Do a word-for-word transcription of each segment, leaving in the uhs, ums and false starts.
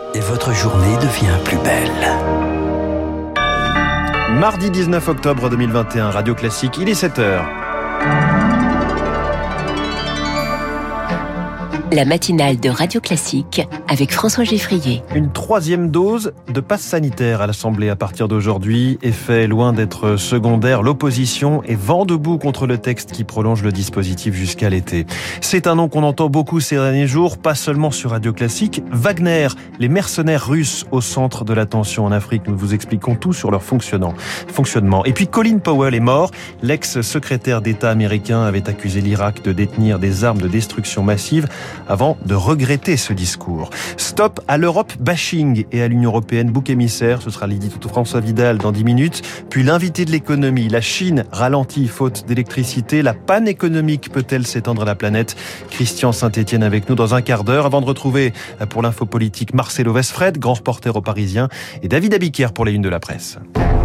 et votre journée devient plus belle. Mardi dix-neuf octobre deux mille vingt et un, Radio Classique, il est sept heures. La matinale de Radio Classique avec François Geffrier. Une troisième dose de passe sanitaire à l'Assemblée à partir d'aujourd'hui. Effet loin d'être secondaire, l'opposition est vent debout contre le texte qui prolonge le dispositif jusqu'à l'été. C'est un nom qu'on entend beaucoup ces derniers jours, pas seulement sur Radio Classique. Wagner, les mercenaires russes au centre de l'attention en Afrique. Nous vous expliquons tout sur leur fonctionnement. fonctionnement. Et puis Colin Powell est mort. L'ex-secrétaire d'État américain avait accusé l'Irak de détenir des armes de destruction massive avant de regretter ce discours. Stop à l'Europe bashing et à l'Union européenne bouc émissaire. Ce sera l'édito de François Vidal dans dix minutes. Puis l'invité de l'économie. La Chine ralentit faute d'électricité. La panne économique peut-elle s'étendre à la planète? Christian Saint-Etienne avec nous dans un quart d'heure avant de retrouver pour l'info politique Marcelo Westfred, grand reporter au Parisien, et David Abiquière pour les unes de la presse.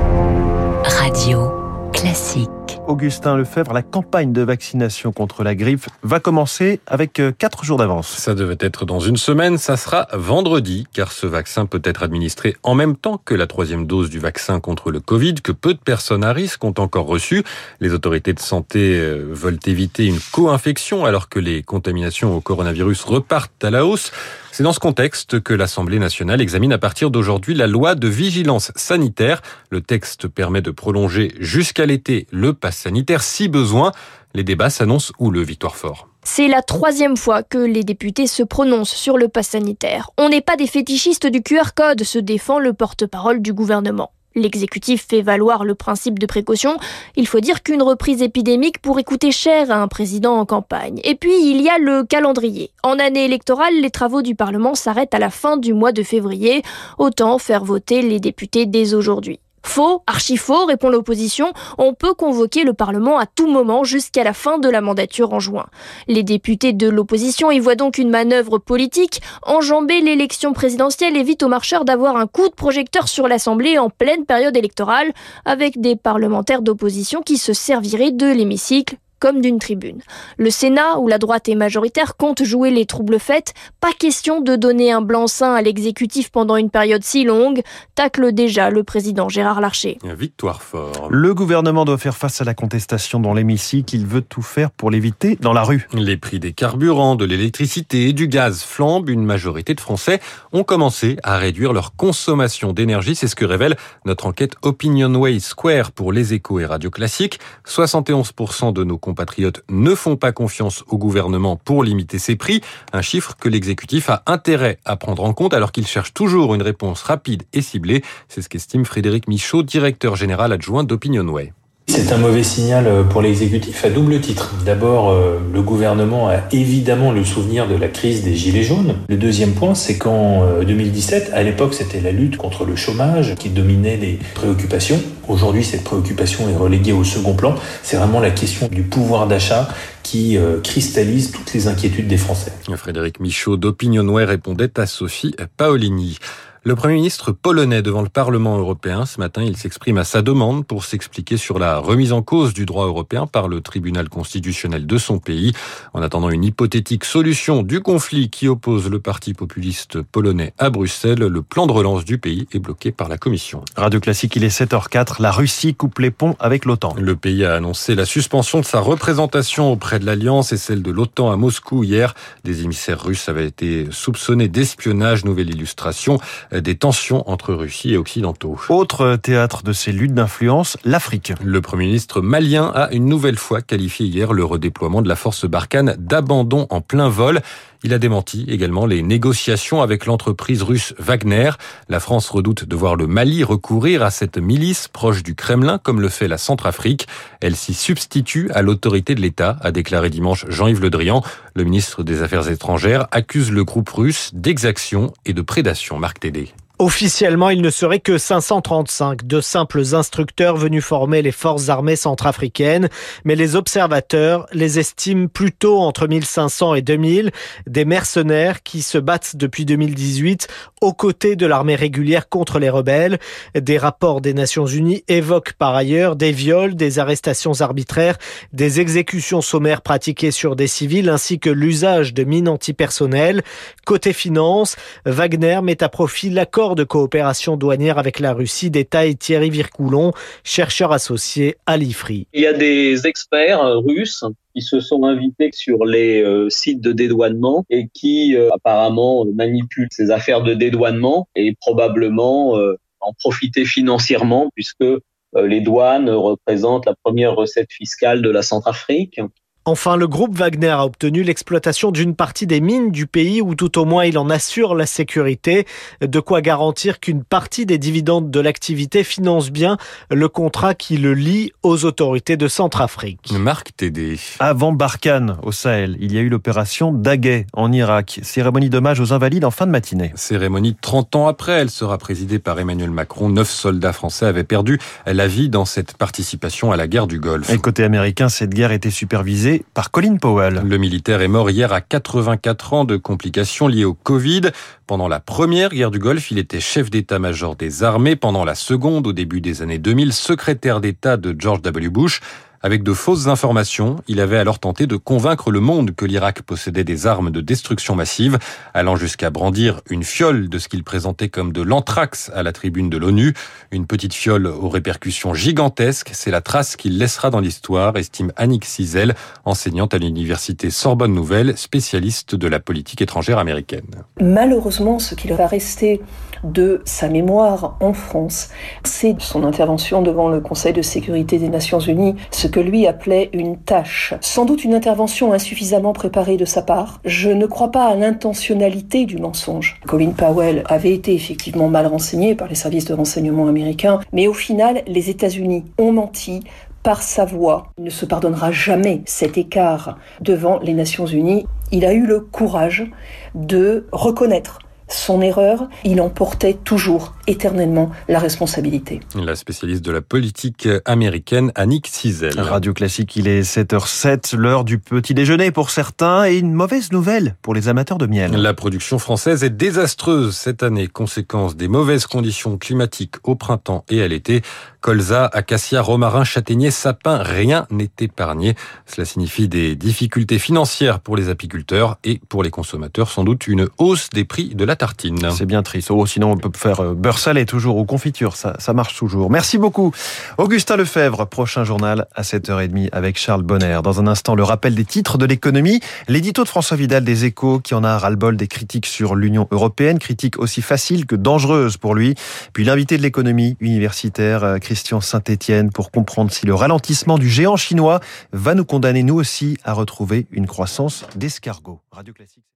Radio Classique. Augustin Lefebvre, la campagne de vaccination contre la grippe va commencer avec quatre jours d'avance. Ça devait être dans une semaine, ça sera vendredi, car ce vaccin peut être administré en même temps que la troisième dose du vaccin contre le Covid, que peu de personnes à risque ont encore reçu. Les autorités de santé veulent éviter une co-infection alors que les contaminations au coronavirus repartent à la hausse. C'est dans ce contexte que l'Assemblée nationale examine à partir d'aujourd'hui la loi de vigilance sanitaire. Le texte permet de prolonger jusqu'à l'été le pass sanitaire si besoin. Les débats s'annoncent houleux, Victoire Fort. C'est la troisième fois que les députés se prononcent sur le pass sanitaire. On n'est pas des fétichistes du Q R code, se défend le porte-parole du gouvernement. L'exécutif fait valoir le principe de précaution. Il faut dire qu'une reprise épidémique pourrait coûter cher à un président en campagne. Et puis, il y a le calendrier. En année électorale, les travaux du Parlement s'arrêtent à la fin du mois de février. Autant faire voter les députés dès aujourd'hui. Faux, archi faux, répond l'opposition. On peut convoquer le Parlement à tout moment jusqu'à la fin de la mandature en juin. Les députés de l'opposition y voient donc une manœuvre politique. Enjamber l'élection présidentielle évite aux marcheurs d'avoir un coup de projecteur sur l'Assemblée en pleine période électorale, avec des parlementaires d'opposition qui se serviraient de l'hémicycle comme d'une tribune. Le Sénat, où la droite est majoritaire, compte jouer les troubles faits. Pas question de donner un blanc-seing à l'exécutif pendant une période si longue, tacle déjà le président Gérard Larcher. Victoire Fort. Le gouvernement doit faire face à la contestation dans l'hémicycle. Il veut tout faire pour l'éviter dans la rue. Les prix des carburants, de l'électricité et du gaz flambent. Une majorité de Français ont commencé à réduire leur consommation d'énergie. C'est ce que révèle notre enquête Opinionway Square pour Les Échos et Radio Classique. soixante et onze pour cent de nos compatriotes ne font pas confiance au gouvernement pour limiter ces prix, un chiffre que l'exécutif a intérêt à prendre en compte alors qu'il cherche toujours une réponse rapide et ciblée. C'est ce qu'estime Frédéric Michaud, directeur général adjoint d'Opinionway. C'est un mauvais signal pour l'exécutif à double titre. D'abord, le gouvernement a évidemment le souvenir de la crise des Gilets jaunes. Le deuxième point, c'est qu'en deux mille dix-sept, à l'époque, c'était la lutte contre le chômage qui dominait les préoccupations. Aujourd'hui, cette préoccupation est reléguée au second plan. C'est vraiment la question du pouvoir d'achat qui cristallise toutes les inquiétudes des Français. Frédéric Michaud d'Opinionway répondait à Sophie Paolini. Le Premier ministre polonais devant le Parlement européen, ce matin, il s'exprime à sa demande pour s'expliquer sur la remise en cause du droit européen par le tribunal constitutionnel de son pays. En attendant une hypothétique solution du conflit qui oppose le parti populiste polonais à Bruxelles, le plan de relance du pays est bloqué par la Commission. Radio Classique, il est sept heures quatre. La Russie coupe les ponts avec l'OTAN. Le pays a annoncé la suspension de sa représentation auprès de l'Alliance et celle de l'OTAN à Moscou hier. Des émissaires russes avaient été soupçonnés d'espionnage. Nouvelle illustration des tensions entre Russie et Occidentaux. Autre théâtre de ces luttes d'influence, l'Afrique. Le Premier ministre malien a une nouvelle fois qualifié hier le redéploiement de la force Barkhane d'abandon en plein vol. Il a démenti également les négociations avec l'entreprise russe Wagner. La France redoute de voir le Mali recourir à cette milice proche du Kremlin, comme le fait la Centrafrique. Elle s'y substitue à l'autorité de l'État, a déclaré dimanche Jean-Yves Le Drian. Le ministre des Affaires étrangères accuse le groupe russe d'exaction et de prédation. Marc Tédé. Officiellement, il ne serait que cinq cent trente-cinq, de simples instructeurs venus former les forces armées centrafricaines. Mais les observateurs les estiment plutôt entre mille cinq cents et deux mille, des mercenaires qui se battent depuis deux mille dix-huit aux côtés de l'armée régulière contre les rebelles. Des rapports des Nations Unies évoquent par ailleurs des viols, des arrestations arbitraires, des exécutions sommaires pratiquées sur des civils ainsi que l'usage de mines antipersonnelles. Côté finance, Wagner met à profit l'accord de coopération douanière avec la Russie, détaille Thierry Vircoulon, chercheur associé à l'I F R I. Il y a des experts russes qui se sont invités sur les euh, sites de dédouanement et qui euh, apparemment manipulent ces affaires de dédouanement et probablement euh, en profiter financièrement puisque euh, les douanes représentent la première recette fiscale de la Centrafrique. Enfin, le groupe Wagner a obtenu l'exploitation d'une partie des mines du pays où tout au moins il en assure la sécurité. De quoi garantir qu'une partie des dividendes de l'activité finance bien le contrat qui le lie aux autorités de Centrafrique. Marc Tédé. Avant Barkhane, au Sahel, il y a eu l'opération Daguet en Irak. Cérémonie d'hommage aux invalides en fin de matinée. Cérémonie trente ans après, elle sera présidée par Emmanuel Macron. Neuf soldats français avaient perdu la vie dans cette participation à la guerre du Golfe. Et côté américain, cette guerre était supervisée par Colin Powell. Le militaire est mort hier à quatre-vingt-quatre ans de complications liées au Covid. Pendant la première guerre du Golfe, il était chef d'état-major des armées. Pendant la seconde, au début des années deux mille, secrétaire d'État de George W. Bush. Avec de fausses informations, il avait alors tenté de convaincre le monde que l'Irak possédait des armes de destruction massive, allant jusqu'à brandir une fiole de ce qu'il présentait comme de l'anthrax à la tribune de l'ONU. Une petite fiole aux répercussions gigantesques, c'est la trace qu'il laissera dans l'histoire, estime Annick Cizel, enseignante à l'université Sorbonne Nouvelle, spécialiste de la politique étrangère américaine. Malheureusement, ce qu'il va rester de sa mémoire en France, c'est son intervention devant le Conseil de sécurité des Nations Unies, ce que lui appelait une tâche. Sans doute une intervention insuffisamment préparée de sa part. Je ne crois pas à l'intentionnalité du mensonge. Colin Powell avait été effectivement mal renseigné par les services de renseignement américains, mais au final, les États-Unis ont menti par sa voix. Il ne se pardonnera jamais cet écart devant les Nations Unies. Il a eu le courage de reconnaître son erreur, il en portait toujours, éternellement, la responsabilité. La spécialiste de la politique américaine, Annick Cizel. Radio Classique, il est sept heures sept, l'heure du petit déjeuner pour certains et une mauvaise nouvelle pour les amateurs de miel. La production française est désastreuse cette année, conséquence des mauvaises conditions climatiques au printemps et à l'été. Colza, acacia, romarin, châtaignier, sapin, rien n'est épargné. Cela signifie des difficultés financières pour les apiculteurs et pour les consommateurs, sans doute une hausse des prix de la tartine. C'est bien triste. Oh, sinon, on peut faire beurre salé toujours ou confiture. Ça, ça marche toujours. Merci beaucoup. Augustin Lefebvre, prochain journal à sept heures trente avec Charles Bonner. Dans un instant, le rappel des titres de l'économie. L'édito de François Vidal des Échos qui en a ras-le-bol des critiques sur l'Union européenne. Critiques aussi faciles que dangereuses pour lui. Puis l'invité de l'économie universitaire, Christian Saint-Etienne, pour comprendre si le ralentissement du géant chinois va nous condamner nous aussi à retrouver une croissance d'escargot. Radio Classique.